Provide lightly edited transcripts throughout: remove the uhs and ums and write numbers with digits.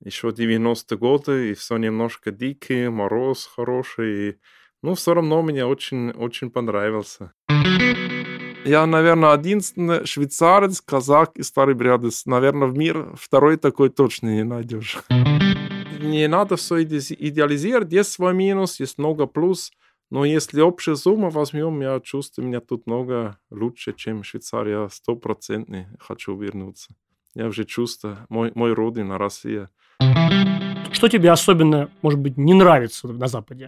еще 90-е годы, и все немножко дикий, мороз хороший. Все равно мне очень, очень понравился. Я, наверное, единственный швейцарец, казак из Старой Брядцы. Наверное, в мир второй такой точно не найдешь. Не надо все идеализировать. Есть свой минус, есть много плюс. Но если общую сумму возьмем, я чувствую, меня тут много лучше, чем в Швейцарии. Я 100% хочу вернуться. Я уже чувствую, мой родина, Россия. Что тебе особенно, может быть, не нравится на Западе?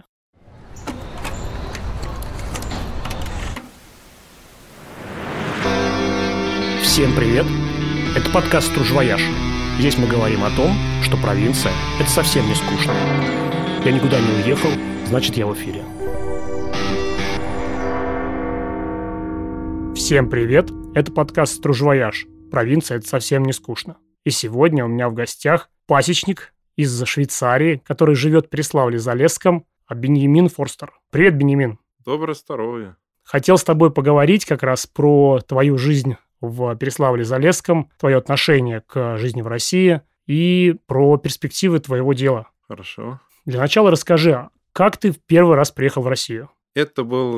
Всем привет! Это подкаст «Стружвояж». Здесь мы говорим о том, что провинция – это совсем не скучно. Я никуда не уехал, значит, я в эфире. Всем привет! Это подкаст «Стружвояж». Провинция – это совсем не скучно. И сегодня у меня в гостях пасечник из Швейцарии, который живет в Переславле-Залесском, Беньямин Форстер. Привет, Беньямин. Доброе здоровье. Хотел с тобой поговорить как раз про твою жизнь в Переславле-Залесском, твое отношение к жизни в России и про перспективы твоего дела. Хорошо. Для начала расскажи, как ты в первый раз приехал в Россию? Это был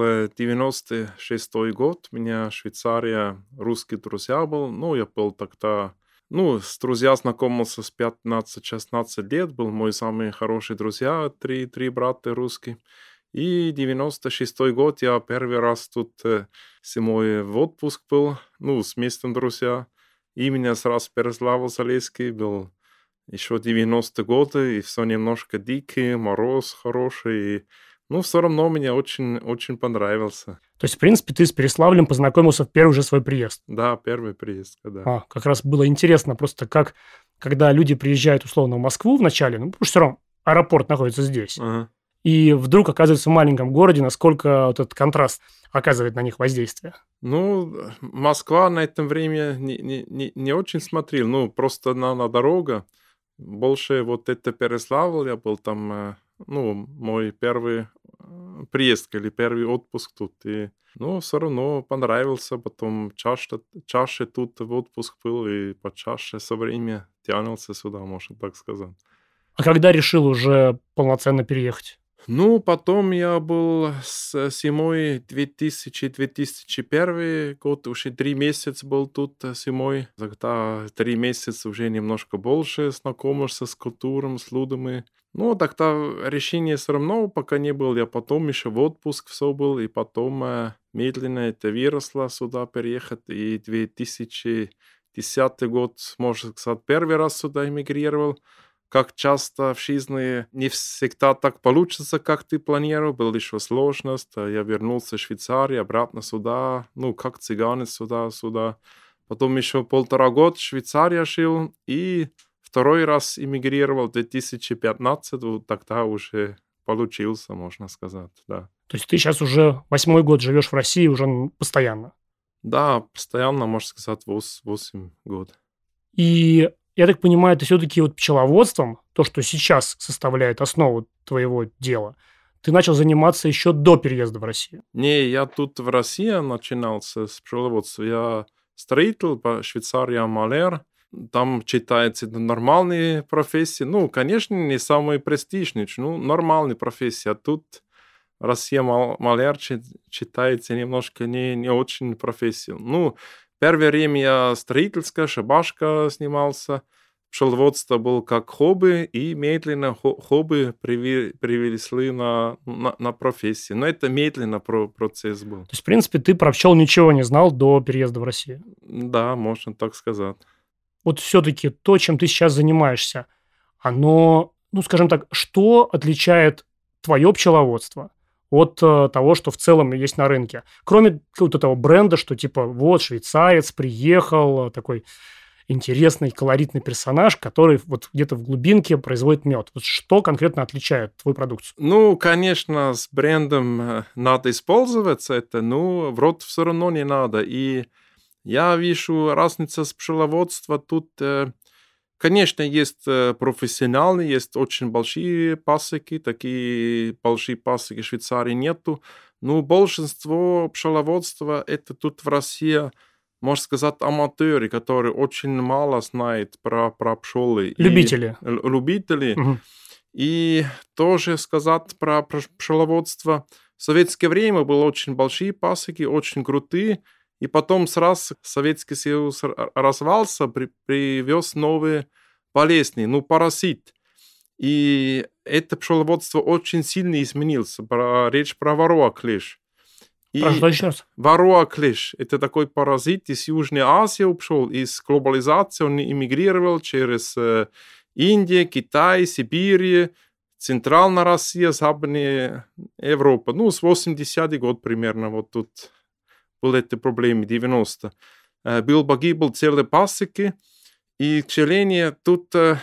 96-й год. У меня Швейцария, русские друзья был. Я был тогда... с друзья знакомился с 15-16 лет. Был мой самый хороший друзья, три брата русские. И 96-й год я первый раз тут зимой в отпуск был, с местными друзьями. И меня сразу Переславль-Залесский был еще 90-е годы, и все немножко дикий, мороз хороший. Все равно мне очень, очень понравился. То есть, в принципе, ты с Переславлем познакомился в первый же свой приезд? Да, первый приезд, да. Как раз было интересно просто, как, когда люди приезжают, условно, в Москву вначале, потому что все равно аэропорт находится здесь, Ага. и вдруг оказывается в маленьком городе, насколько вот этот контраст оказывает на них воздействие. Москва на это время не очень смотрел, просто на дорогу. Больше вот это Переславль, я был там, мой первый приезд или первый отпуск тут. И, все равно понравился, потом чаще тут в отпуск был, и почаще со временем тянулся сюда, можно так сказать. А когда решил уже полноценно переехать? Потом я был с зимой 2000-2001 год, уже 3 месяца был тут зимой. Тогда 3 месяца уже немножко больше знакомишься с культурой, с людьми. Тогда решения все равно пока не было. Я потом еще в отпуск все был, и потом медленно это выросло сюда переехать. И 2010 год, можно сказать, первый раз сюда эмигрировал. Как часто в жизни не всегда так получится, как ты планировал. Была еще сложность. Я вернулся в Швейцарию, обратно сюда. Как цыганец сюда. Потом еще 1,5 года в Швейцарии жил. И второй раз эмигрировал в 2015. Тогда уже получился, можно сказать, да. То есть ты сейчас уже 8-й год живешь в России уже постоянно? Да, постоянно, можно сказать, 8 год. И я так понимаю, ты все-таки вот пчеловодством, то, что сейчас составляет основу твоего дела, ты начал заниматься еще до переезда в Россию? Не, я тут в России начинался с пчеловодства. Я строитель, по Швейцарии маляр. Там считается нормальные профессии. Конечно, не самые престижные, нормальные профессии. А тут Россия маляр считается немножко не очень профессией. Первое время я строительская, шабашка снимался. Пчеловодство было как хобби, и медленно хобби привели на профессию. Но это медленно процесс был. То есть, в принципе, ты про пчел ничего не знал до переезда в Россию? Да, можно так сказать. Вот все-таки то, чем ты сейчас занимаешься, оно, скажем так, что отличает твое пчеловодство от того, что в целом есть на рынке? Кроме какого-то того бренда, что типа вот швейцарец приехал, такой интересный, колоритный персонаж, который вот где-то в глубинке производит мед. Вот что конкретно отличает твою продукцию? Конечно, с брендом надо использоваться это, но в рот все равно не надо. И я вижу разницу с пчеловодством. Тут, конечно, есть профессиональные, есть очень большие пасеки, такие большие пасеки в Швейцарии нету. Но большинство пчеловодства это тут в России можно сказать, аматоры, которые очень мало знают про пчелы. Любители. Любители. Мгм. И тоже сказать про пчеловодство. В советское время были очень большие пасеки, очень крутые. И потом сразу Советский Союз развался, привез новые болезни, паразит. И это пчеловодство очень сильно изменилось. Речь про варроа клещ. Про что еще раз? Варроа клещ – это такой паразит из Южной Азии ушел, из глобализации он эмигрировал через Индию, Китай, Сибирь, Центральная Россия, Западная Европа. С 80-х год примерно вот тут были эти проблемы, 90. Погибли целые пасеки, и, к сожалению, тут в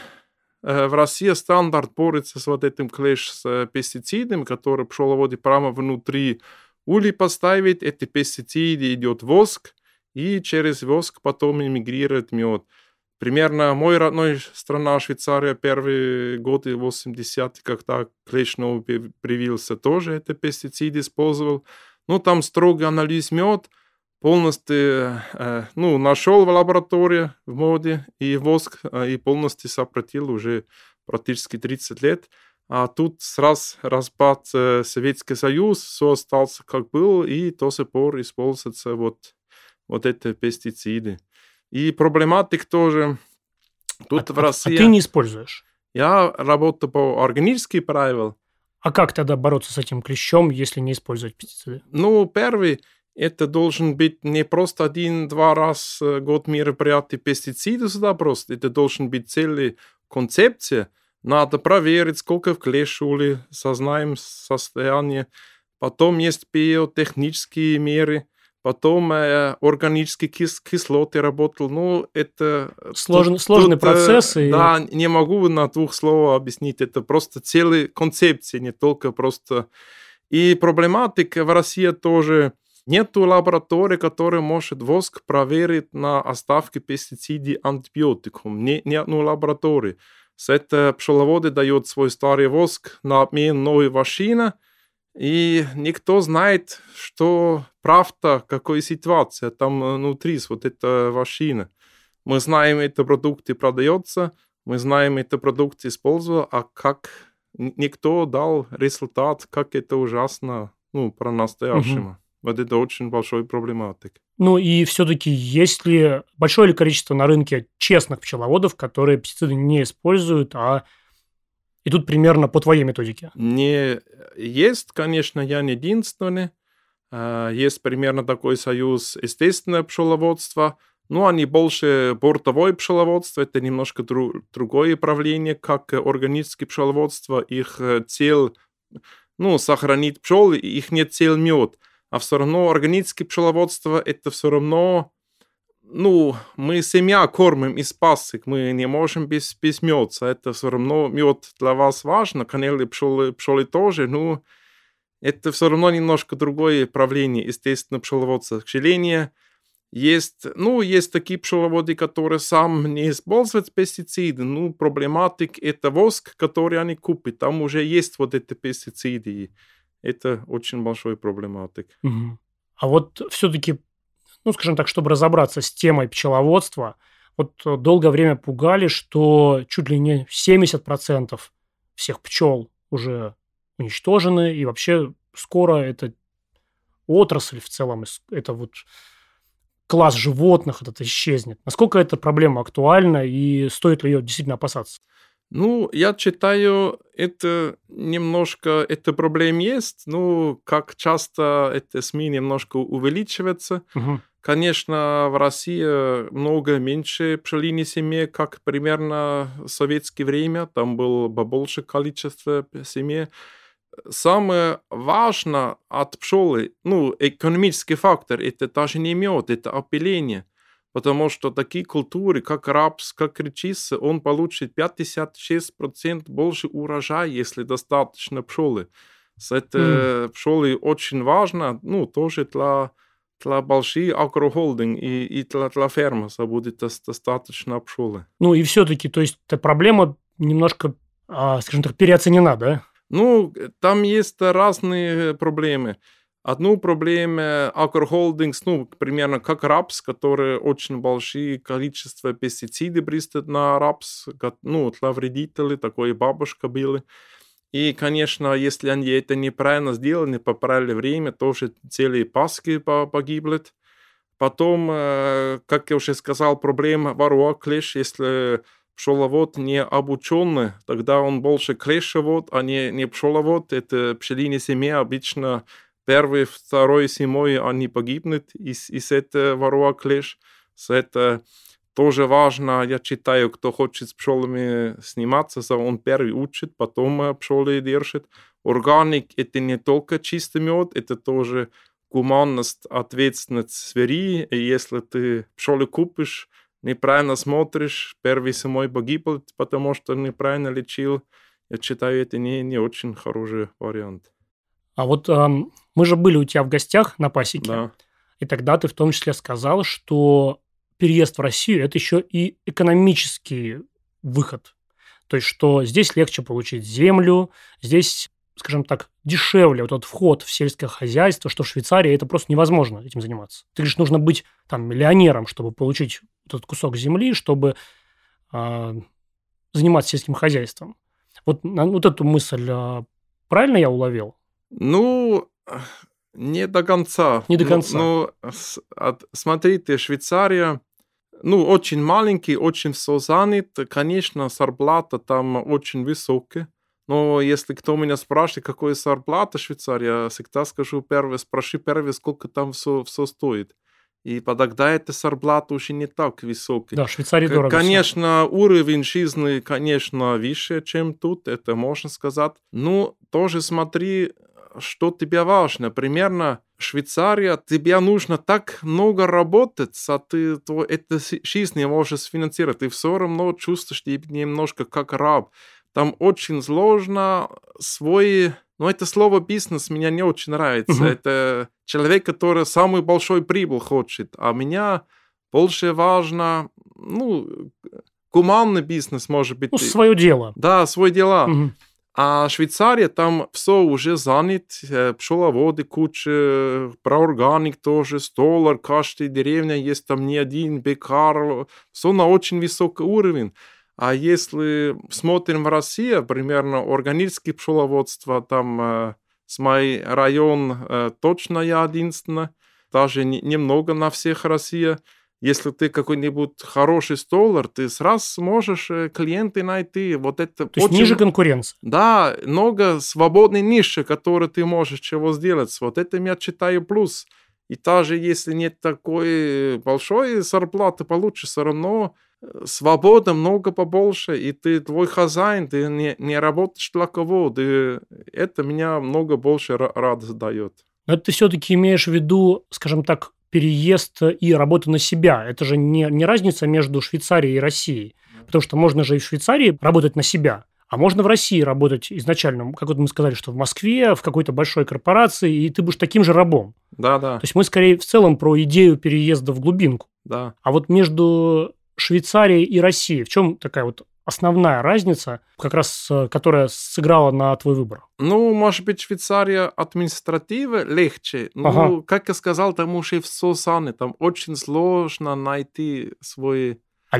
России стандарт борется с вот этим клещ с пестицидами, которые пчеловоды прямо внутри улей поставить, эти пестициды идет воск, и через воск потом эмигрирует мед. Примерно мой родной страна, Швейцария, первые годы 80-х, когда клещ новый привился, тоже это пестициды использовал. Там строгий анализ мед, полностью нашел в лаборатории в моде и воск, и полностью сократил уже практически 30 лет. А тут сразу распад Советский Союз, все остался как был, и до сих пор используются вот эти пестициды. И проблематик тоже. Тут в России... А ты не используешь? Я работаю по органическим правилам. А как тогда бороться с этим клещом, если не использовать пестициды? Первый, это должен быть не просто 1-2 раз в год мероприятий пестициды сюда просто. Это должен быть целая концепция. Надо проверить, сколько в клещуле, сознаем состояние. Потом есть биотехнические меры. Потом органические кислоты работал. Это... Сложный процесс. Да, не могу на 2 словах объяснить. Это просто целая концепция, не только просто... И проблематика в России тоже... Нету лаборатории, которая может воск проверить на оставки пестицидов, антибиотиков. Ни одной лаборатории. Это пчеловоды дают свой старый воск на обмен новой вакцины. И никто знает, что правда, какая ситуация там внутри с вот этой вакцины. Мы знаем, эти продукты продаются, мы знаем, эти продукты используют, а как никто дал результат, как это ужасно, по-настоящему. Угу. Вот это очень большой проблематик. И все-таки есть ли большое ли количество на рынке честных пчеловодов, которые пестициды не используют, а идут примерно по твоей методике? Не есть, конечно, я не единственный. Есть примерно такой союз естественное пчеловодство. Они больше бортовое пчеловодство. Это немножко другое направление, как органическое пчеловодство. Их цель, сохранить пчел, их нет цель мед. А все равно органическое пчеловодство, это все равно... мы семья кормим из пасек, мы не можем без меда. Это все равно мед для вас важно, конечно, пчелы тоже, это все равно немножко другое правление, естественно, пчеловодства. К сожалению, есть такие пчеловоды, которые сам не используют пестициды. Проблематик это воск, который они купят. Там уже есть вот эти пестициды. Это очень большой проблематик. Угу. А вот все-таки, скажем так, чтобы разобраться с темой пчеловодства, вот долгое время пугали, что чуть ли не 70% всех пчел уже уничтожены, и вообще скоро эта отрасль в целом, это вот класс животных этот исчезнет. Насколько эта проблема актуальна и стоит ли ее действительно опасаться? Я считаю, это немножко, эта проблема есть, как часто это СМИ немножко увеличивается. Угу. Конечно, в России много меньше пчелиных семей, как примерно в советское время, там было больше количество семей. Самое важное от пчелы, экономический фактор, это даже не мед, это опыление. Потому что такие культуры, как рапс, как речица, он получит 56% больше урожая, если достаточно пчелы. Это пчелы очень важно, тоже для больших агрохолдинг и для фермы будет достаточно пчелы. И все-таки, то есть, эта проблема немножко, скажем так, переоценена, да? Там есть разные проблемы. Одну проблему агрохолдингс, примерно как рапс, который очень большие количество пестицидов пристает на рапс, для вредителей, такое бабушка были. И, конечно, если они это неправильно сделали, не поправили время, тоже целые паски погибнут. Потом, как я уже сказал, проблема ворова клещ, если пчеловод не обученный, тогда он больше клещевод, а не пчеловод. Это пчелиные семьи обычно первый, второй зимой они погибнут из этого ворова клещ. Это тоже важно, я читаю, кто хочет с пчелами сниматься, он первый учит, потом пчелы держит. Органик – это не только чистый мед, это тоже гуманность, ответственность звери. И если ты пчелы купишь, неправильно смотришь, первый зимой погибнет, потому что неправильно лечил, я считаю, это не очень хороший вариант. А вот мы же были у тебя в гостях на пасеке, Да. и тогда ты в том числе сказал, что переезд в Россию – это еще и экономический выход. То есть, что здесь легче получить землю, здесь, скажем так, дешевле вот этот вход в сельское хозяйство, что в Швейцарии это просто невозможно этим заниматься. Ты говоришь, нужно быть там миллионером, чтобы получить этот кусок земли, чтобы заниматься сельским хозяйством. Вот эту мысль правильно я уловил? Не до конца. Не до конца. Смотри, ты Швейцария, очень маленький, очень все занят. Конечно, зарплата там очень высокая. Но если кто меня спрашивает, какая зарплата в Швейцарии, я всегда скажу спроси первый, сколько там все стоит. И тогда эта зарплата уже не так высокая. Да, в Швейцарии дорого. Конечно, уровень жизни, конечно, выше, чем тут, это можно сказать. Но тоже смотри, что тебе важно. Примерно Швейцария, тебе нужно так много работать, а ты эту жизнь не можешь финансировать. Ты все равно чувствуешь себя немножко как раб. Там очень сложно это слово бизнес меня не очень нравится. Это человек, который самый большой прибыль хочет. А меня больше важно, гуманный бизнес, может быть. Свое дело. Да, свои дела. А Швейцария, там все уже занят, пчеловоды куча, про органик тоже, столар, каждая деревня есть там не один, бекар, все на очень высокий уровень. А если смотрим в Россию, примерно органическое пчеловодство, там с моей район точно я единственный, даже немного на всех Россия. Если ты какой-нибудь хороший столар, ты сразу сможешь клиенты найти. Вот это То есть ниже конкуренции. Да, много свободной ниши, которые ты можешь чего сделать. Вот это я считаю плюс. И даже если нет такой большой зарплаты, получишь все равно свобода много побольше, и ты твой хозяин, ты не работаешь для кого, это меня много больше радость дает. Но это ты все-таки имеешь в виду, скажем так, переезд и работа на себя. Это же не разница между Швейцарией и Россией. Потому что можно же и в Швейцарии работать на себя, а можно в России работать изначально, как вот мы сказали, что в Москве, в какой-то большой корпорации, и ты будешь таким же рабом. Да. То есть мы скорее в целом про идею переезда в глубинку. Да. А вот между Швейцарией и Россией в чем такая вот основная разница, как раз которая сыграла на твой выбор? Может быть, Швейцария административно легче. Как я сказал, там уже все занято. Там очень сложно найти свой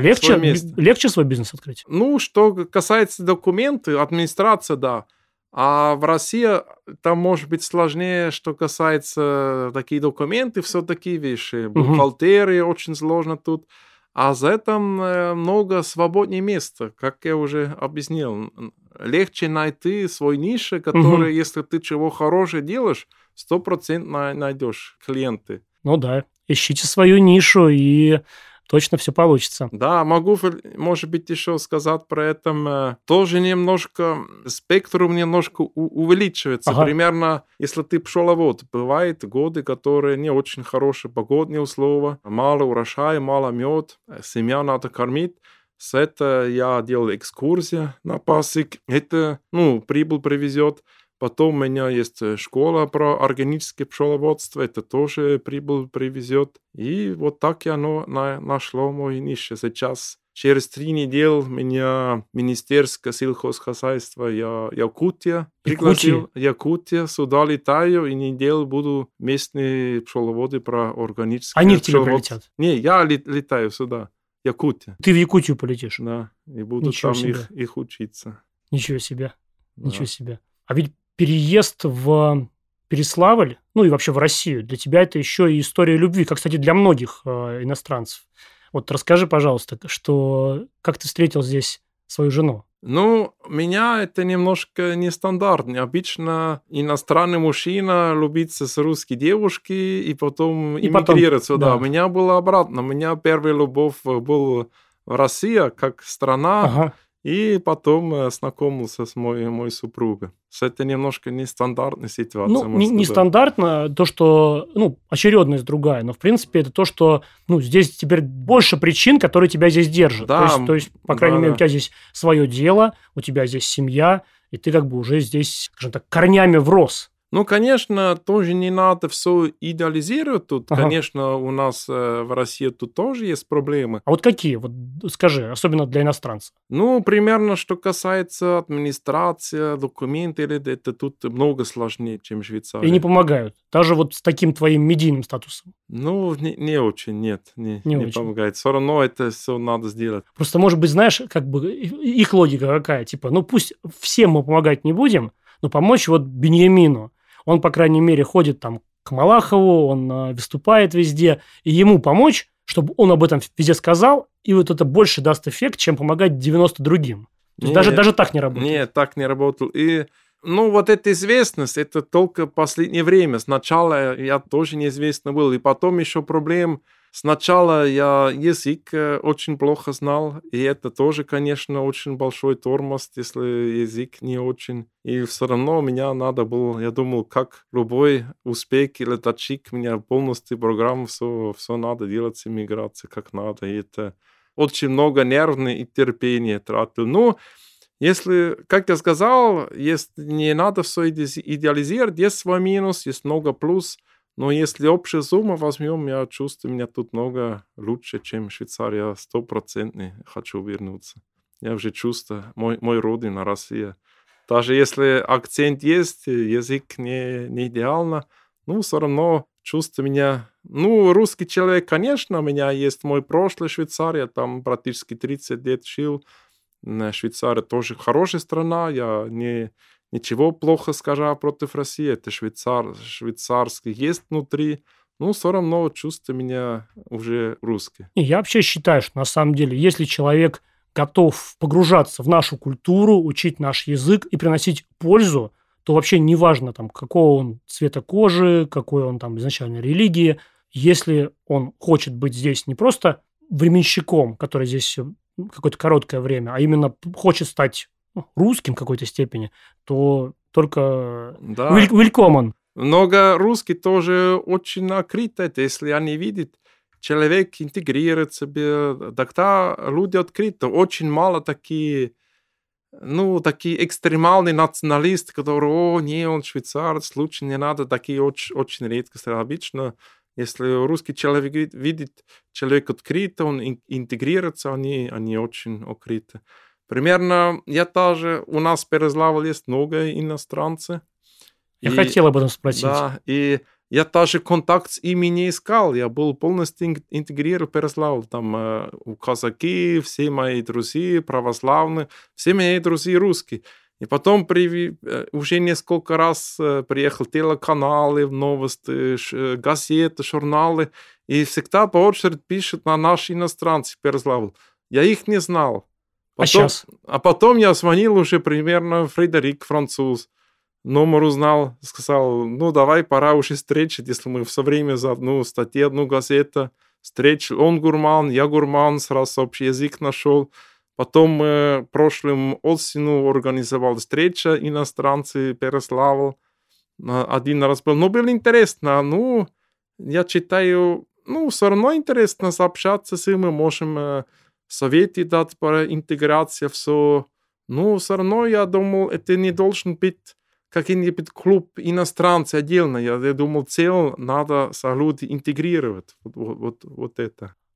легче свой бизнес открыть? Что касается документов, администрация, да. А в России там может быть сложнее, что касается таких документов, все такие вещи. Бухгалтерия очень сложно тут. А за это много свободнее места, как я уже объяснил. Легче найти свой нишу, который, если ты чего хорошего делаешь, 100% найдешь клиенты. Да, ищите свою нишу, и точно все получится. Да, могу, может быть, еще сказать про это. Тоже немножко, спектрум немножко увеличивается. Примерно, если ты пчеловод, бывают годы, которые не очень хорошие погодные условия, мало урожая, мало мед, семья надо кормить. С этого я делал экскурсию на пасек. Это, прибыль привезет. Потом у меня есть школа про органическое пчеловодство, это тоже прибыль привезет. И вот так я нашло мою нишу. Сейчас Через 3 недели меня Министерское сельхозхозяйства Якутия пригласил. Якутия, сюда летаю, и неделю буду местные пчеловоды про органическое Они к тебе пчеловодство. прилетят? Не, я летаю сюда, Якутия. Ты в Якутию полетишь? Да, и буду Ничего там себе. их учиться. Ничего себе. Да. Ничего себе. А ведь переезд в Переславль, ну и вообще в Россию, для тебя это еще и история любви, как, кстати, для многих иностранцев. Вот расскажи, пожалуйста, как ты встретил здесь свою жену? Ну, меня это немножко нестандартно. Обычно иностранный мужчина любится с русской девушкой и потом И потом, эмигрирует сюда. да. У меня было обратно. У меня первая любовь была в России, как страна, Ага. и потом знакомился с моей супругой. Это немножко нестандартная ситуация, Ну, можно сказать. нестандартно то, что, очередность другая, но, в принципе, это то, что, здесь теперь больше причин, которые тебя здесь держат. Да, То есть, по крайней да, мере, да. у тебя здесь свое дело, у тебя здесь семья, и ты как бы уже здесь, скажем так, корнями врос. Ну, конечно, тоже не надо все идеализировать тут. Ага. Конечно, у нас в России тут тоже есть проблемы. А вот какие? Вот скажи, особенно для иностранца. Ну, примерно, что касается администрации, документов, это тут много сложнее, чем в Швейцарии. И не помогают. Даже вот с таким твоим медийным статусом. Ну, не очень, нет, не очень. помогает. Все равно это все надо сделать. Просто, может быть, знаешь, как бы их логика какая? Типа, пусть всем мы помогать не будем, но помочь вот Беньямину. Он, по крайней мере, ходит там к Малахову, он выступает везде, и ему помочь, чтобы он об этом везде сказал, и вот это больше даст эффект, чем помогать 90 другим. То есть даже так не работает. Нет, так не работал. И, вот эта известность, это только последнее время. Сначала я тоже неизвестный был, и потом еще проблем. Сначала я язык очень плохо знал, и это тоже, конечно, очень большой тормоз, если язык не очень. И все равно меня надо было, я думал, как любой узбек или таджик, меня полностью программу все надо делать с иммиграцией, как надо. И это очень много нервной и терпения тратил. Ну, если, как я сказал, не надо все идеализировать, есть свой минус, есть много плюс. Но если общую сумму возьмем, я чувствую, меня тут много лучше, чем в Швейцарии. Я 100% хочу вернуться. Я уже чувствую, мой родина, Россия. Даже если акцент есть, язык не идеально, все равно чувствую меня... русский человек, конечно, у меня есть мой прошлый в Швейцарии, я там практически 30 лет жил. Швейцария тоже хорошая страна, я ничего плохо скажу против России, это швейцарский есть внутри, все равно чувствую меня уже русский. И я вообще считаю, что на самом деле, если человек готов погружаться в нашу культуру, учить наш язык и приносить пользу, то вообще неважно, какого он цвета кожи, какой он изначально религии, если он хочет быть здесь не просто временщиком, который здесь какое-то короткое время, а именно хочет стать русским в какой-то степени, то только welcome. Много русских тоже очень открыты, если они видят, человек интегрирует себе, тогда люди открыты. Очень мало такие экстремальные националисты, которые, не, он швейцарец, лучше не надо, такие очень редко. Обычно, если русский человек видит, человек открыт, он интегрируется, они очень открыты. Примерно, у нас в Переславле есть много иностранцев. Я хотел об этом спросить. Да, и я даже контакт с ими не искал. Я был полностью интегрирован в Переславль. Там казаки, все мои друзья православные, все мои друзья русские. И потом уже несколько раз приехал телеканалы, новости, газеты, журналы. И всегда по очереди пишут на наши иностранцы в Переславль. Я их не знал. Потом я звонил уже примерно Фредерик, француз. Номер узнал, сказал, давай, пора уже встречать, если мы все время за одну статью, одну газету встретили. Он гурман, я гурман, сразу общий язык нашел. Потом прошлым осенью организовал встречу иностранцы Переславль. Один раз был. Было интересно. Я считаю, все равно интересно общаться с ними, можем советы дать по интеграции, все. Все равно я думал, это не должен быть какой-нибудь клуб иностранцев отдельно. Я думал, цель надо люди интегрировать. Вот это.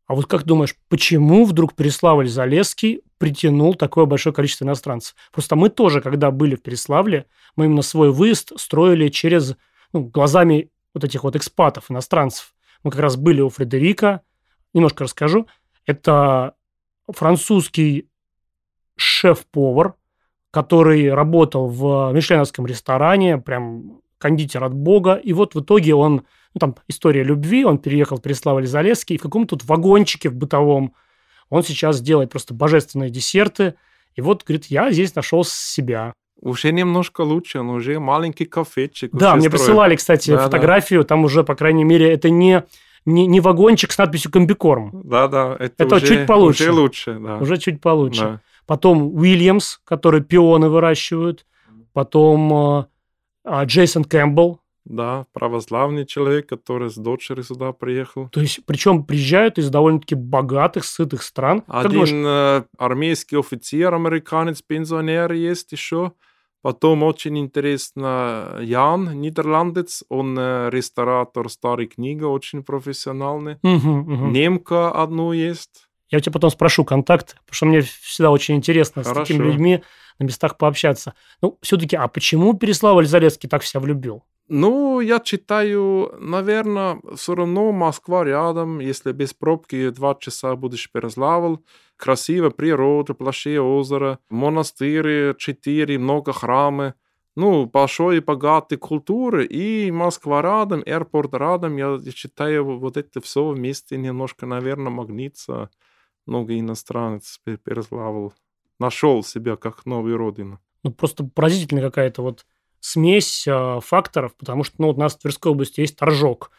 А вот как думаешь, почему вдруг Переславль-Залесский притянул такое большое количество иностранцев? Просто мы тоже, когда были в Переславле, мы именно свой выезд строили через, глазами вот этих вот экспатов, иностранцев. Мы как раз были у Фредерика, немножко расскажу. Это французский шеф-повар, который работал в мишленовском ресторане, прям кондитер от бога. И вот в итоге он, там история любви, он переехал в Переславль-Залесский, и в каком-то тут вагончике в бытовом он сейчас делает просто божественные десерты. И вот, говорит, я здесь нашел себя. Уже немножко лучше, он уже маленький кафечек. Да, мне присылали, кстати, фотографию, там уже, по крайней мере, это не вагончик с надписью «Комбикорм». Да, это уже, чуть получше. Уже лучше, да. Уже чуть получше. Да. Потом Уильямс, который пионы выращивают. Потом Джейсон Кэмпбелл. Да, православный человек, который с дочерью сюда приехал. То есть, причем приезжают из довольно-таки богатых, сытых стран. Один армейский офицер, американец, пенсионер есть еще. Потом очень интересно Ян, нидерландец, он ресторатор старой книги, очень профессиональный. Немка одну есть. Я у тебя потом спрошу контакт, потому что мне всегда очень интересно с такими людьми на местах пообщаться. Все-таки, а почему Переславль-Залесский так в себя влюбил? Я читаю, наверное, все равно Москва рядом, если без пробки 2 часа будешь в Переславль. Красивая природа, большие озера, монастыри 4, много храмов. Большой и богатой культуры. И Москва рядом, аэропорт рядом. Я считаю, вот это все вместе немножко, наверное, магнится. Много иностранцев Переславль нашел себя как новую родину. Просто поразительная какая-то вот смесь факторов, потому что у нас в Тверской области есть Торжок.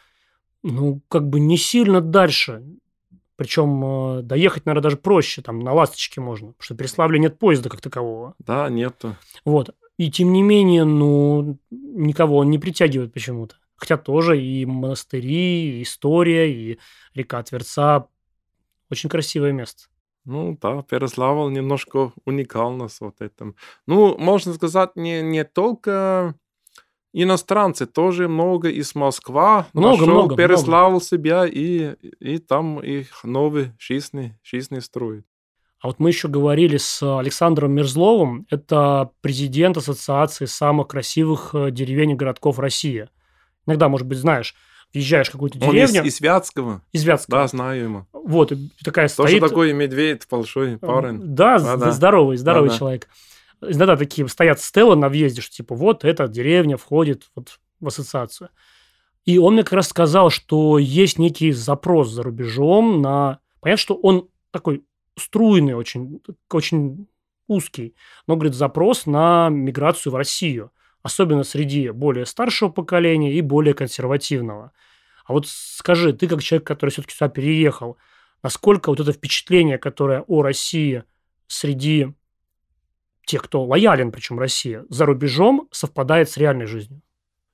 Не сильно дальше. Причем доехать, наверное, даже проще. Там на «Ласточке» можно. Потому что в Переславле нет поезда как такового. Да, нету. Вот. И тем не менее, никого он не притягивает почему-то. Хотя тоже и монастыри, и история, и река Тверца. Очень красивое место. Да, Переславль немножко уникальность вот этом. Можно сказать, не только иностранцы, тоже много из Москвы нашел Переславль себя, и там их новый жизнь строит. А вот мы еще говорили с Александром Мерзловым, это президент Ассоциации самых красивых деревень и городков России. Иногда, может быть, знаешь, въезжаешь в какую-то деревню. Он из Вятского. Из Вятского. Да, знаю его. Вот, такая тоже стоит... такой медведь, большой парень. Да, здоровый человек. Иногда такие стоят стелы на въезде, что типа вот эта деревня входит в ассоциацию. И он мне как раз сказал, что есть некий запрос за рубежом на... Понятно, что он такой струйный, очень, очень узкий, но, говорит, запрос на миграцию в Россию. Особенно среди более старшего поколения и более консервативного. А вот скажи, ты как человек, который все-таки сюда переехал, насколько вот это впечатление, которое о России среди тех, кто лоялен, причем России, за рубежом, совпадает с реальной жизнью?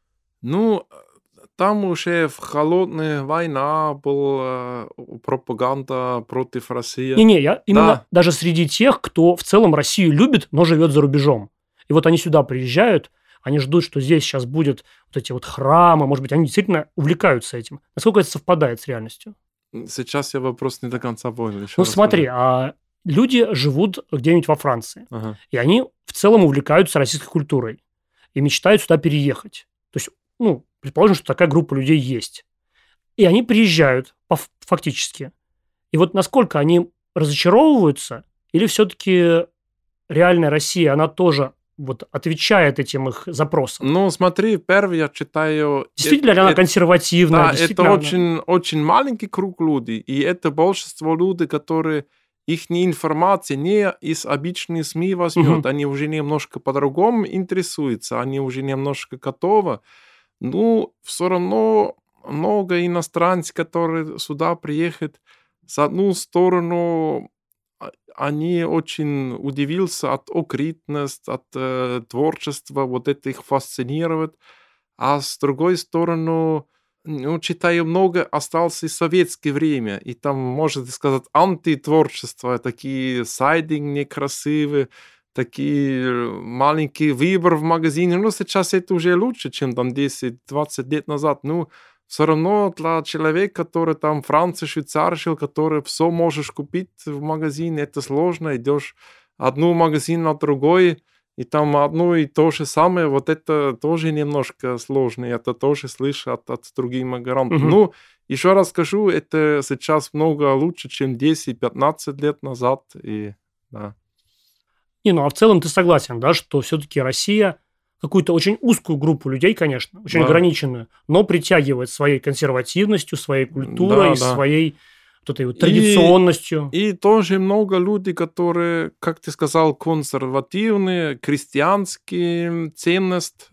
Там уже в холодная война была пропаганда против России. Я именно даже среди тех, кто в целом Россию любит, но живет за рубежом. И вот они сюда приезжают, они ждут, что здесь сейчас будут вот эти вот храмы, может быть, они действительно увлекаются этим. Насколько это совпадает с реальностью? Сейчас я вопрос не до конца понял. Смотри, люди живут где-нибудь во Франции, и они в целом увлекаются российской культурой и мечтают сюда переехать. То есть, предположим, что такая группа людей есть. И они приезжают фактически. И вот насколько они разочаровываются, или все-таки реальная Россия, она тоже отвечает этим их запросам? Смотри, первый я читаю... Действительно ли она консервативная? Да, это очень, очень маленький круг людей, и это большинство людей, которые их информация не из обычных СМИ возьмет, они уже немножко по-другому интересуются, они уже немножко готовы. Все равно много иностранцев, которые сюда приехают, с одной стороны... Они очень удивился от открытости, от творчества, вот это их фасцинирует. А с другой стороны, читаю много, осталось и советское время. И там, можно сказать, антитворчество, такие сайдинги некрасивые, такие маленький выбор в магазине. Сейчас это уже лучше, чем там 10-20 лет назад. все равно для человека, который там Франции, Швейцарии, который все можешь купить в магазине, это сложно. Идешь одну магазин на другой, и там одно и то же самое. Вот это тоже немножко сложно. Я это тоже слышу от других мигрантов. Мгм. Ну, еще раз скажу, это сейчас много лучше, чем 10-15 лет назад. И, да. Не, ну а в целом ты согласен, да, что все-таки Россия какую-то очень узкую группу людей, конечно, очень Да, ограниченную, но притягивает своей консервативностью, своей культурой, да, да. своей вот этой вот И, традиционностью. и тоже много людей, которые, как ты сказал, консервативные, крестьянские ценности,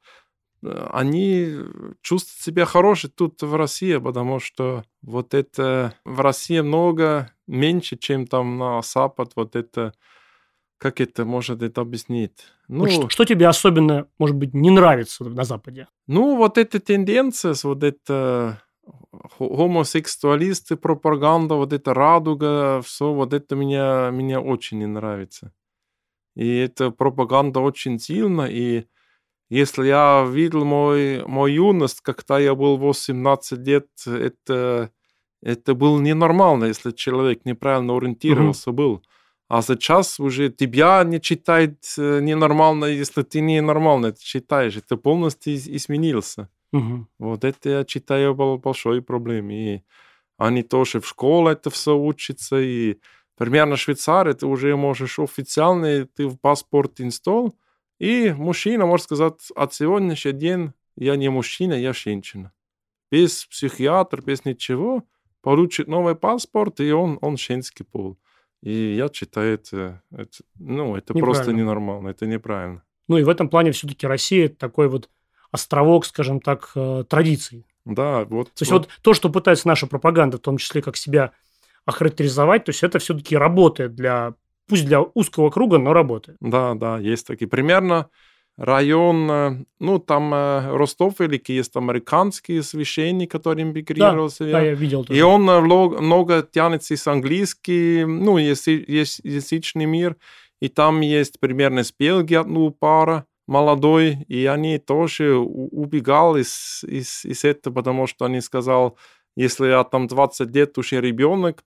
они чувствуют себя хорошие тут в России, потому что вот это в России много меньше, чем там на Запад. Вот это, как это может это объяснить? Вот Ну, что тебе особенно, может быть, не нравится на Западе? ну вот эта тенденция, вот это гомосексуалисты, пропаганда, вот эта радуга, все, вот это меня очень не нравится. И эта пропаганда очень сильна, и если я видел мой юность, когда я был 18 лет, это было ненормально, если человек неправильно Мгм. ориентировался был. А сейчас уже тебя не читает ненормально, если ты ненормально это читаешь. Это полностью изменился. Мгм. Вот это я считаю большой проблемой. И они тоже в школе это все учатся. И примерно в Швейцарии ты уже можешь официально, ты в паспорт инсталл, и мужчина может сказать, от сегодняшнего дня я не мужчина, я женщина. Без психиатра, без ничего, получит новый паспорт, и он женский пол. И я считаю, это просто Неправильно. ненормально, это неправильно. Ну и в этом плане все-таки Россия такой вот островок, скажем так, традиций. Да, вот, То есть вот. вот то, что пытается наша пропаганда, в том числе как себя охарактеризовать, то есть это все-таки работает для, пусть для узкого круга, но работает. Да, да, есть такие. Примерно район, ну, там Ростов Великий, есть американский священник, который Да, иммигрировал да, себе. я видел И тоже. он много тянется из английский, ну, есть язычный мир. И там есть примерно из Бельгии одну пара молодой, и они тоже убегали из этого, потому что они сказали, если я там 20 лет уже ребенок,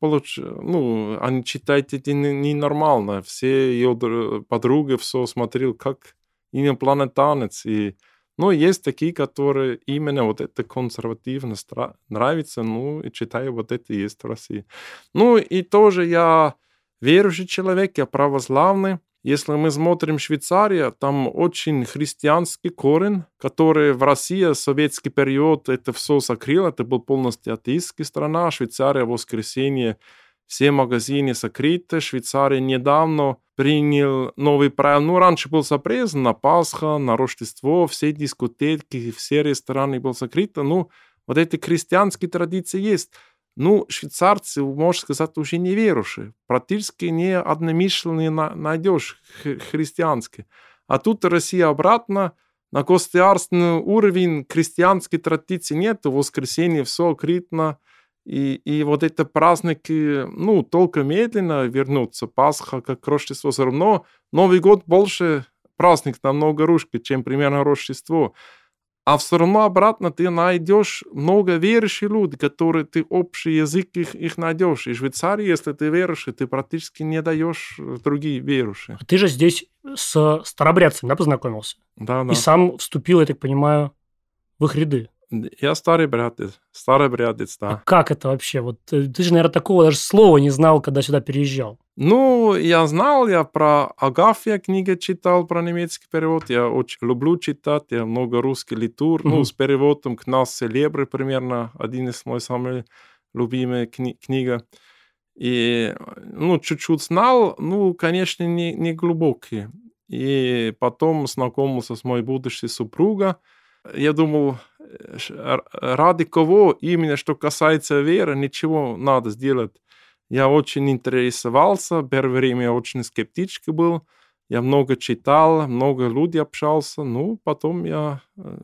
ну, они считают это ненормально. Все ее подруги все смотрел как инопланетянец. И, ну, есть такие, которые именно вот это консервативность нравится, ну, и считаю, вот это и есть в России. Ну, и тоже я верующий человек, я православный. Если мы смотрим Швейцарию, там очень христианский корень, который в России в советский период это все закрыл, это был полностью атеистская страна. Швейцария в воскресенье все магазины закрыты. Швейцария недавно принял новый правила. Ну, раньше был запрет на Пасха, на Рождество, все дискотеки, все рестораны были закрыты. Ну, вот эти христианские традиции есть. Ну, швейцарцы, можно сказать, уже не верующие. Практически не одномышленные найдешь христианские. А тут Россия обратно, на государственный уровень христианской традиции нет, в воскресенье все открыто. И вот это праздники, ну, только медленно вернутся. Пасха, как Рождество, все равно. Новый год больше праздник намного русский, чем примерно Рождество. А все равно обратно ты найдешь много верующих людей, которые ты общий язык их найдешь. И в Швейцарии, если ты верующий, ты практически не даешь другие верующие. А ты же здесь с старобрядцами, да, познакомился? Да, И да. сам вступил, я так понимаю, в их ряды. Я старый брядец, А да. как это вообще? Вот ты же, наверное, такого даже слова не знал, когда сюда переезжал. Ну, я знал, я про Агафья книги читал, про немецкий перевод. Я очень люблю читать, я много русский литур. Ну, Мгм. с переводом «Князь Селебры» примерно, один из моих самых любимых книга. И, ну, чуть-чуть знал, ну, конечно, не глубокий. И потом знакомился с моей будущей супругой. Я думал, ради кого именно, что касается веры, ничего надо сделать. Я очень интересовался, первое время я очень скептически был. Я много читал, много людей общался. Ну, потом я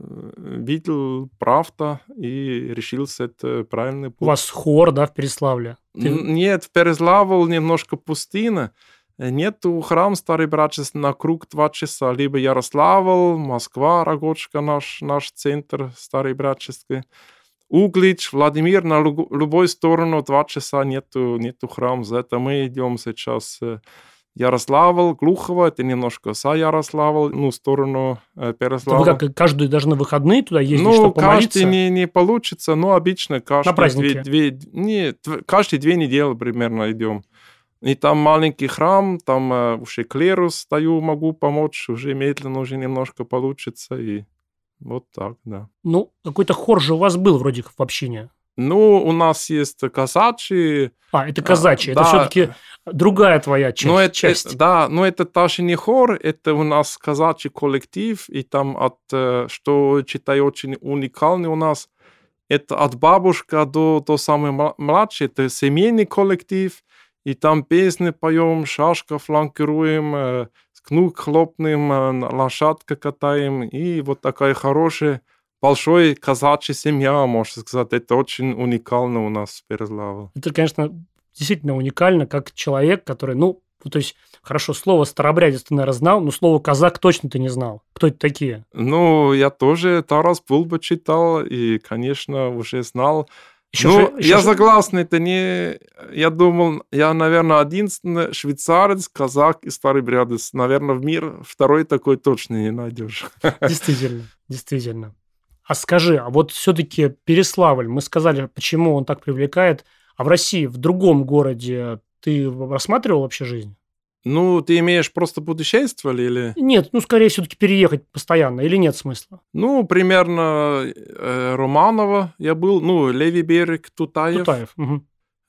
видел правду и решился, это правильный У путь. вас хор, да, в Переславле? Нет, в Переславле немножко пустыня. Нету храм Старый Братчес на круг 2 часа. Либо Ярославль, Москва, Рогочка, наш центр Старый Братческий. Углич, Владимир, на любой сторону 2 часа нету храм. За это мы идем сейчас Ярославль, Глухово, это немножко за Ярославль, в сторону Вы Переславля. как, каждый даже на выходные туда ездить, чтобы каждый помолиться? не получится, но обычно На каждые праздники? каждые 2 недели примерно идем. И там маленький храм, там уже клирус стою, могу помочь, уже медленно, уже немножко получится, и вот так, да. Ну, какой-то хор же у вас был вроде как в общине. У нас есть казачьи. Это казачьи, это да. все-таки другая твоя часть. Но это даже не хор, это у нас казачий коллектив, и там что считаю очень уникальный у нас, это от бабушка до самой младшей, это семейный коллектив, и там песни поем, шашка фланкируем, кнук хлопнем, лошадка катаем, и вот такая хорошая, большой казачья семья, можно сказать. Это очень уникально у нас в Переславле. Это, конечно, действительно уникально, как человек, который, то есть, хорошо, слово старобрядец ты, наверное, знал, но слово казак точно ты не знал. Кто это такие? Я тоже Тарас Бульба читал, и, конечно, уже знал. Я согласен, это не... Я думал, я, наверное, единственный швейцарец, казак и старобрядец. Наверное, в мир второй такой точно не найдешь. Действительно. А скажи, а вот все-таки Переславль, мы сказали, почему он так привлекает, а в России, в другом городе ты рассматривал вообще жизнь? Ты имеешь просто путешествовали или... Нет, скорее все-таки переехать постоянно, или нет смысла? Примерно Романово я был, Левый берег, Тутаев. Угу.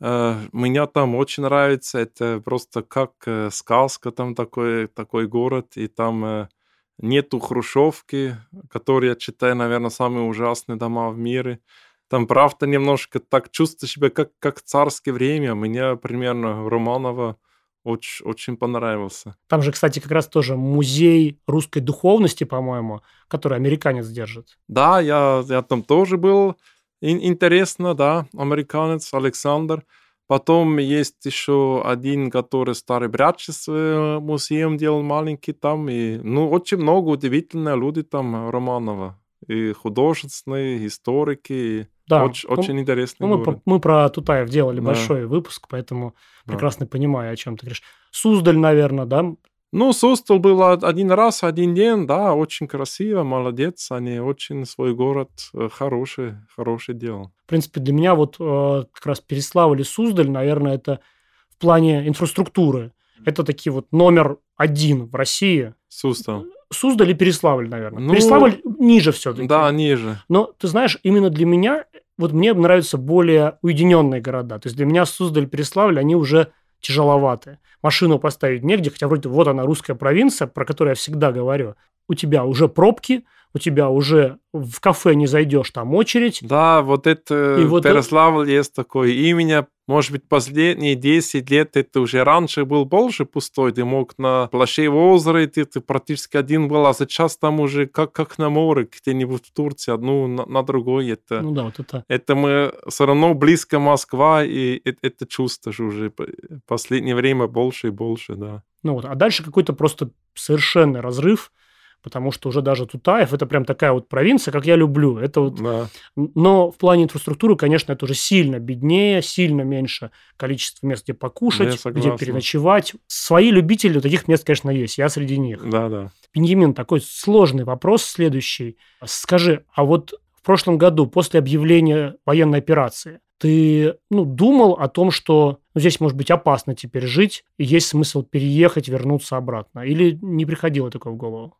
Мне там очень нравится, это просто как сказка, там такой город, и там нету хрущевки, которые, я считаю, наверное, самые ужасные дома в мире. Там, правда, немножко так чувствуешь себя, как в царское время. Мне примерно Романово очень понравился. Там же, кстати, как раз тоже музей русской духовности, по-моему, который американец держит. Да, я там тоже был. Интересно, да, американец Александр. Потом есть еще один, который старобрядческий музеем делал, маленький там. И, очень много удивительных людей там, Романово. И художественные, историки. Да. Очень интересный город. Мы про Тутаев делали большой выпуск, поэтому прекрасно понимаю, о чем ты говоришь. Суздаль, наверное, да? Суздаль был один раз, один день, да, очень красиво, молодец, они очень свой город хороший делал. В принципе, для меня вот как раз Переславль и Суздаль, наверное, это в плане инфраструктуры. Это такие вот номер 1 в России. Суздаль и Переславль, наверное. Переславль ниже все-таки. Да, ниже. Но, ты знаешь, именно для меня, вот мне нравятся более уединенные города. То есть для меня Суздаль и Переславль, они уже тяжеловаты. Машину поставить негде, хотя вроде вот она, русская провинция, про которую я всегда говорю. У тебя уже пробки, у тебя уже в кафе не зайдешь, там очередь. Да, вот это Переславль есть такое. И меня, может быть, последние 10 лет, это уже раньше был больше пустой. Ты мог на площади озера идти, ты практически один был, а сейчас там уже как на море, где-нибудь в Турции, одну на другой. Это, это мы все равно близко Москва, и это чувствуешь уже в последнее время больше и больше, да. А дальше какой-то просто совершенный разрыв, потому что уже даже Тутаев – это прям такая вот провинция, как я люблю. Это вот... Да. Но в плане инфраструктуры, конечно, это уже сильно беднее, сильно меньше количество мест, где покушать, где переночевать. Свои любители таких мест, конечно, есть. Я среди них. Да. Беньямин, такой сложный вопрос следующий. Скажи, а вот в прошлом году, после объявления военной операции, ты думал о том, что здесь может быть опасно теперь жить, и есть смысл переехать, вернуться обратно? Или не приходило такое в голову?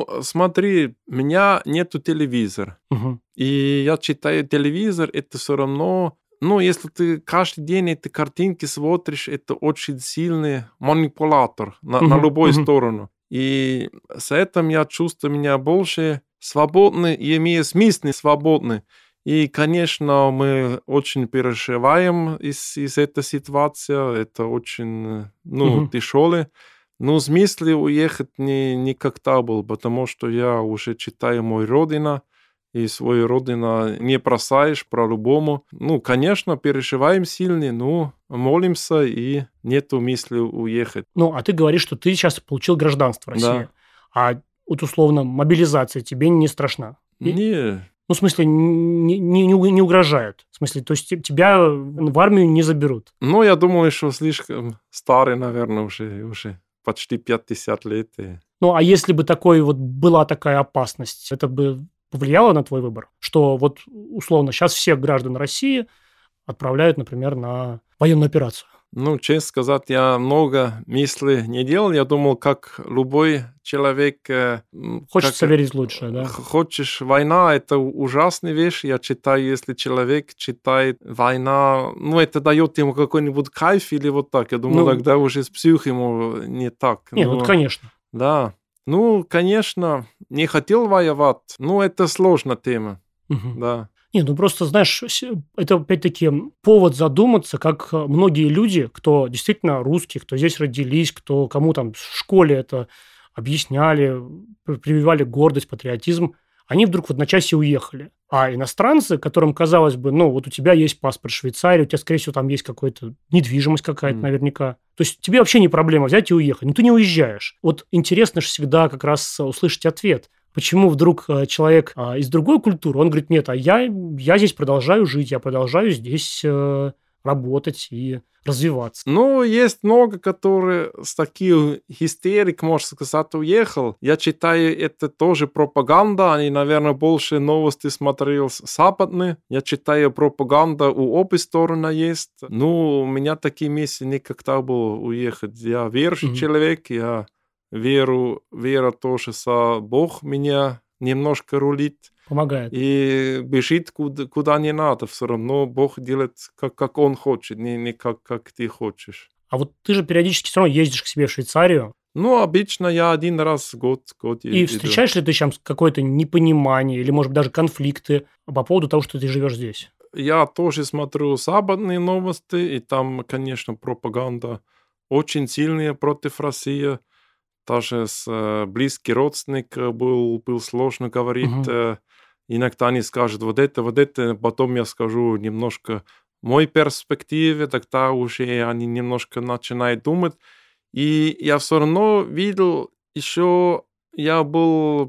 Смотри, у меня нету телевизора. Угу. И я читаю телевизор, это все равно... если ты каждый день эти картинки смотришь, это очень сильный манипулятор на любую сторону. И с этим я чувствую меня больше свободный, и имею смысл свободный. И, конечно, мы очень переживаем из этой ситуации. Это очень тяжело. Но смысл уехать никогда был, потому что я уже читаю мою родину, и свою родину не бросаешь по-любому. Конечно, переживаем сильно, но молимся, и нету мысли уехать. А ты говоришь, что ты сейчас получил гражданство России. Да. А вот условно мобилизация тебе не страшна? Не. Ну, в смысле, не угрожают. В смысле, то есть тебя в армию не заберут. Ну, я думал, что слишком старый, наверное, уже почти 50 лет. Ну, а если бы была такая опасность, это бы повлияло на твой выбор? Что вот, условно, сейчас всех граждан России отправляют, например, на военную операцию. Ну, честно сказать, я много мыслей не делал. Я думал, как любой человек... Хочется верить в лучшее, да? Хочешь, война – это ужасная вещь. Я читаю, если человек читает война, ну, это дает ему какой-нибудь кайф или вот так. Я думаю, тогда уже с психикой ему не так. Нет, ну, конечно. Да. Ну, конечно, не хотел воевать. Ну, это сложная тема. Угу. Да. Не, ну просто, знаешь, это опять-таки повод задуматься, как многие люди, кто действительно русские, кто здесь родились, кому там в школе это объясняли, прививали гордость, патриотизм, они вдруг в одночасье уехали. А иностранцы, которым казалось бы, ну вот у тебя есть паспорт Швейцарии, у тебя, скорее всего, там есть какая-то недвижимость какая-то наверняка. То есть тебе вообще не проблема взять и уехать, но ты не уезжаешь. Вот интересно же всегда как раз услышать ответ. Почему вдруг человек из другой культуры, он говорит, нет, а я здесь продолжаю жить, я продолжаю здесь работать и развиваться. Ну, есть много, которые с таких истерик, можно сказать, уехал. Я читаю, это тоже пропаганда. Они, наверное, больше новости смотрел западные. Я читаю, пропаганда у обе стороны есть. Ну, у меня такие мысли никогда было уехать. Я верующий человек, я вера тоже, что Бог меня немножко рулит. Помогает. И бежит куда не надо. Все равно Бог делает, как Он хочет, не как ты хочешь. А вот ты же периодически все равно ездишь к себе в Швейцарию. Ну, обычно я один раз в год И встречаешь ли ты там какое-то непонимание или, может быть, даже конфликты по поводу того, что ты живешь здесь? Я тоже смотрю западные новости, и там, конечно, пропаганда очень сильная против России. Даже с близкий родственник был сложно говорить. Иногда они скажут вот это, потом я скажу немножко мой перспективе, тогда уже они немножко начинают думать. И я все равно видел еще, я был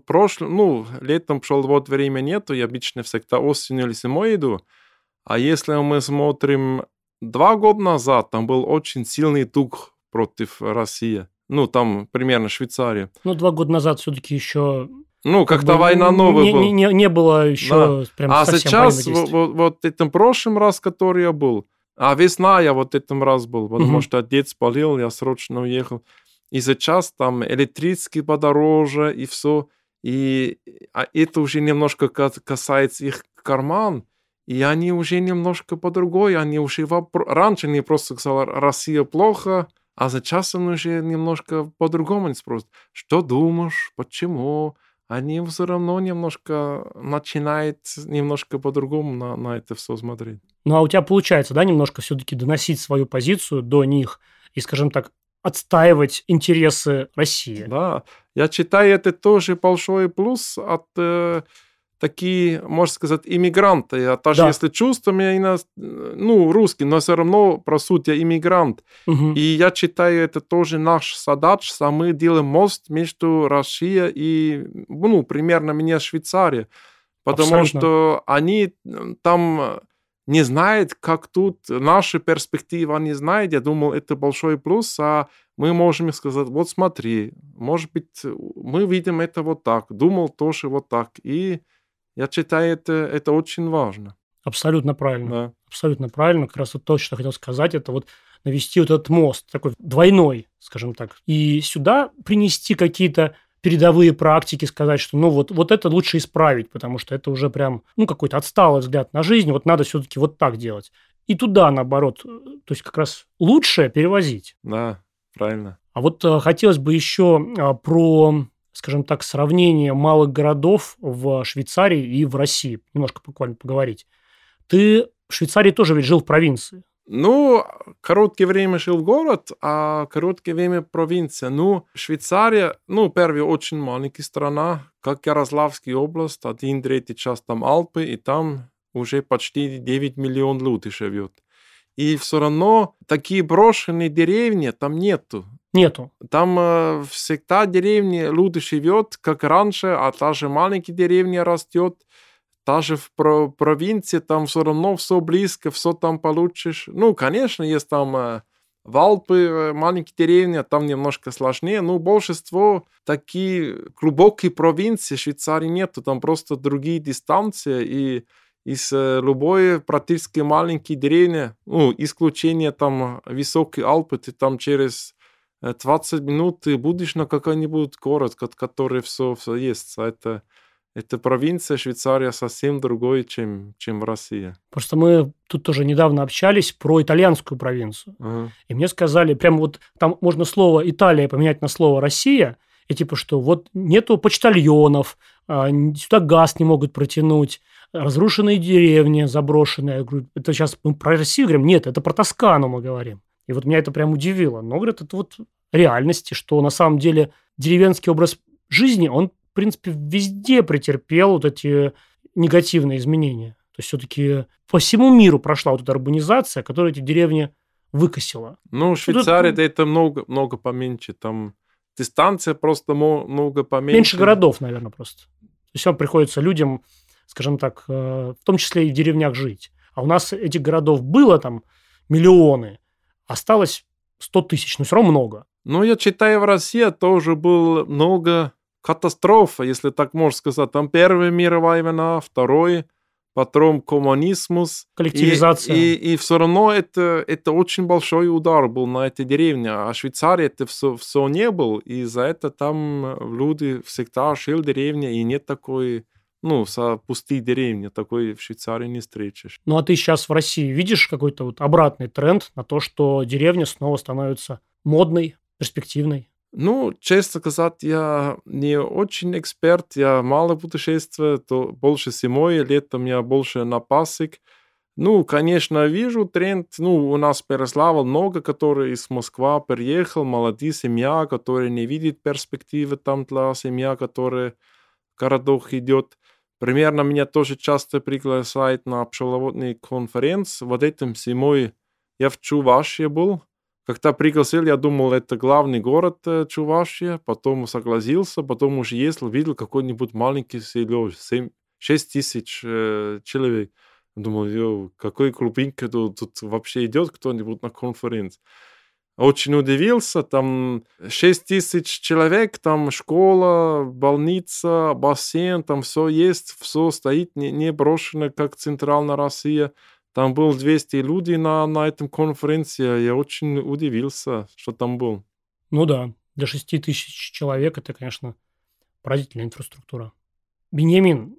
летом прошел, вот время нету, я обычно всегда осенью или зимой иду. А если мы смотрим 2 года назад, там был очень сильный дух против России. Ну, там примерно Швейцария. Ну, 2 года назад все-таки еще... Ну, как-то война новая была. Не было еще прям совсем сейчас, вот этом прошлом раз, который я был, весна я вот этом раз был, потому что отец болел, я срочно уехал. И сейчас там электрический подороже и все. И это уже немножко касается их карман. И они уже немножко по-другому. Они уже раньше они просто сказали, Россия плохо, а сейчас он уже немножко по-другому не спросит. Что думаешь? Почему? Они все равно немножко начинают немножко по-другому на это все смотреть. Ну, а у тебя получается, да, немножко все-таки доносить свою позицию до них и, скажем так, отстаивать интересы России? Да, я считаю, это тоже большой плюс от такие, можно сказать, иммигранты. Я даже если чувствую меня, русский, но все равно, по сути, я иммигрант. И я считаю, это тоже наша задача, что мы делаем мост между Россией и, примерно меня Швейцарией. Потому что они там не знают, как тут наши перспективы, они знают. Я думал, это большой плюс, а мы можем сказать, вот смотри, может быть, мы видим это вот так, думал тоже вот так. И я считаю, это очень важно. Абсолютно правильно. Да. Абсолютно правильно. Как раз вот то, что хотел сказать, это вот навести вот этот мост, такой двойной, скажем так. И сюда принести какие-то передовые практики, сказать, что вот это лучше исправить, потому что это уже прям, какой-то отсталый взгляд на жизнь, вот надо все-таки вот так делать. И туда, наоборот, то есть как раз лучшее перевозить. Да, правильно. А вот хотелось бы еще про, скажем так, сравнение малых городов в Швейцарии и в России немножко буквально поговорить. Ты в Швейцарии тоже ведь жил в провинции. Короткое время жил в город, а короткое время провинция. Швейцария, первая очень маленькая страна, как Ярославская область, 1/3 часть там Алпы, и там уже почти 9 миллионов людей живет. И все равно такие брошенные деревни там нету. Нету. Там всегда деревни люди живет, как раньше, а та же маленькая деревня растет. даже в провинции там все равно все близко, все там получишь. Ну, конечно, есть там в Алпы маленькие деревни, там немножко сложнее, но большинство такие глубокие провинции Швейцарии нету, там просто другие дистанции, и из любой практически маленькой деревни, ну, исключение там высокие Алпы, ты там через 20 минут ты будешь на какой-нибудь город, который все есть. Это провинция Швейцария совсем другой, чем в России. Просто мы тут тоже недавно общались про итальянскую провинцию. Ага. И мне сказали, прям вот там можно слово «Италия» поменять на слово «Россия», и типа что вот нету почтальонов, сюда газ не могут протянуть, разрушенные деревни, заброшенные. Я говорю, это сейчас мы про Россию говорим? Нет, это про Тоскану мы говорим. И вот меня это прям удивило. Но, говорят, это вот реальности, что на самом деле деревенский образ жизни, он, в принципе, везде претерпел вот эти негативные изменения. То есть все-таки по всему миру прошла вот эта урбанизация, которая эти деревни выкосила. Ну, в Швейцарии это много поменьше. Там дистанция просто много поменьше. Меньше городов, наверное, просто. То есть вам приходится людям, скажем так, в том числе и в деревнях жить. А у нас этих городов было там миллионы, осталось 100 тысяч, но все равно много. Ну, я читаю, в России тоже было много катастроф, если так можно сказать. Там Первая мировая война, Второй, потом коммунизм. Коллективизация. И все равно это очень большой удар был на эти деревни. А в Швейцарии это все не было. И за это там люди всегда жили в деревне, и нет такой... Ну, пустые деревни, такой в Швейцарии не встретишь. Ну, а ты сейчас в России видишь какой-то вот обратный тренд на то, что деревня снова становится модной, перспективной? Ну, честно сказать, я не очень эксперт, я мало путешествую, то больше зимой, летом я больше на пасек. Ну, конечно, вижу тренд, ну, у нас в Переславле много, которые из Москвы переехал, молодые семья, которые не видят перспективы там для семья, которая в городах идет. Примерно меня тоже часто приглашают на пчеловодные конференции. Вот этим зимой я в Чувашии был. Когда пригласил, я думал, это главный город Чувашия. Потом согласился, потом уже ездил, видел какой-нибудь маленький село, 6 тысяч человек. Думал, какой глубинка тут вообще идет кто-нибудь на конференцию. Очень удивился, там 6 тысяч человек, там школа, больница, бассейн, там все есть, все стоит, не брошено, как Центральная Россия. Там было 200 людей на этом конференции, я очень удивился, что там был. Ну да, для 6 тысяч человек это, конечно, поразительная инфраструктура. Беньямин,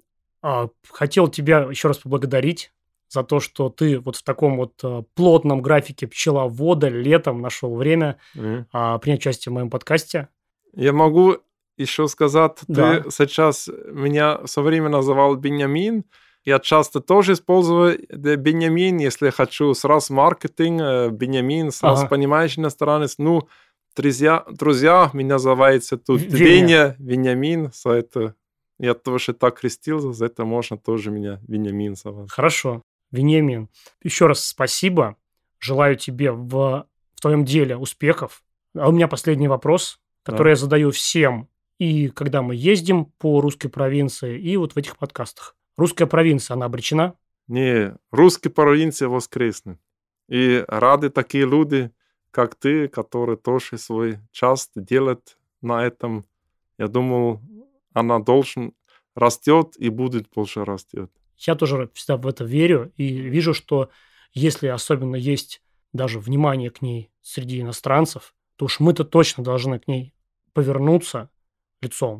хотел тебя еще раз поблагодарить за то, что ты вот в таком вот плотном графике пчеловода летом нашел время принять участие в моем подкасте. Я могу еще сказать, Да. ты сейчас меня все время называл Беньямин. Я часто тоже использую Беньямин, если хочу сразу маркетинг, Беньямин, сразу понимаешь иностранец. Ну, друзья, меня называется тут Беньямин, за это я тоже так крестился, за это можно тоже меня Беньямин зовут. Хорошо. Вениамин, еще раз спасибо. Желаю тебе в твоем деле успехов. А у меня последний вопрос, который я задаю всем, и когда мы ездим по русской провинции, и вот в этих подкастах. Русская провинция, она обречена? Не, русская провинция воскреснет. И рады такие люди, как ты, которые тоже свой час делают на этом. Я думал, она должна растет и будет больше растет. Я тоже всегда в это верю и вижу, что если особенно есть даже внимание к ней среди иностранцев, то уж мы-то точно должны к ней повернуться лицом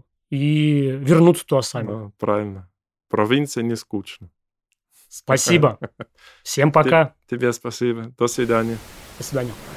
и вернуться туда сами. Да, правильно. Провинция не скучна. Спасибо. Всем пока. Тебе спасибо. До свидания. До свидания.